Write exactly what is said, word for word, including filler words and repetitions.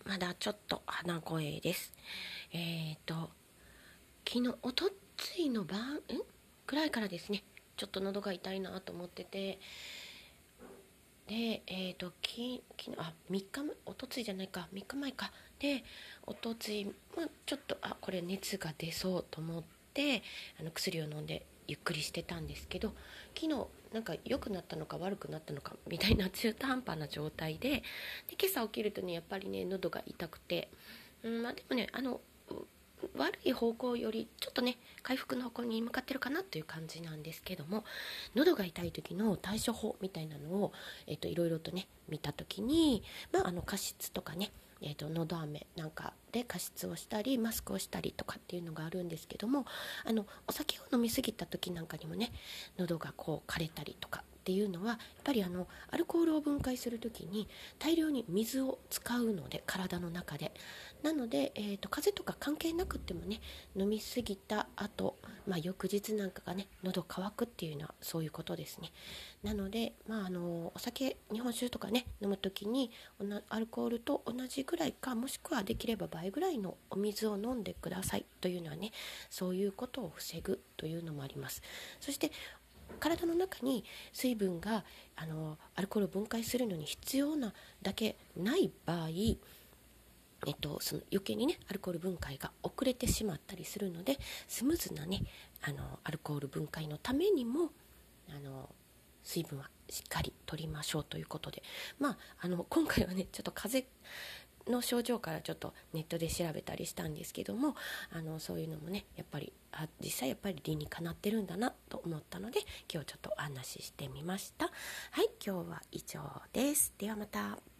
まだちょっと鼻声です。えっ、ー、と昨日おとついの晩んくらいからですね、ちょっと喉が痛いなと思ってて、でえっ、ー、とき昨日あみっかまえ、おとついじゃないかみっかまえかで、おとつい、まあ、ちょっとあこれ熱が出そうと思ってあの薬を飲んでゆっくりしてたんですけど、昨日なんか良くなったのか悪くなったのかみたいな中途半端な状態で、で今朝起きるとね、やっぱりね喉が痛くて、うん、まあでもね、あの悪い方向よりちょっとね回復の方向に向かってるかなという感じなんですけども、喉が痛い時の対処法みたいなのを、えっと、いろいろとね見た時に、まあ、あの加湿とかね、えっと、喉飴なんかで加湿をしたりマスクをしたりとかっていうのがあるんですけども、あのお酒を飲み過ぎた時なんかにもね、喉がこう枯れたりとかっていうのはやっぱりあのアルコールを分解するときに大量に水を使うので、体の中でなので、えーと、風邪とか関係なくってもね、飲み過ぎた後、まあ、翌日なんかがね喉乾くっていうのはそういうことですね。なので、まあ、あのお酒、日本酒とかね飲むときにアルコールと同じぐらいか、もしくはできれば倍ぐらいのお水を飲んでくださいというのはね、そういうことを防ぐというのもあります。そして体の中に水分があのアルコールを分解するのに必要なだけない場合、えっと、その余計にねアルコール分解が遅れてしまったりするので、スムーズなねあのアルコール分解のためにもあの水分はしっかり取りましょうということで、まあ、あの今回はねちょっと風邪の症状からちょっとネットで調べたりしたんですけども、あのそういうのもねやっぱりあ実際やっぱり理にかなってるんだなと思ったので、今日ちょっとお話ししてみました。はい、今日は以上です。ではまた。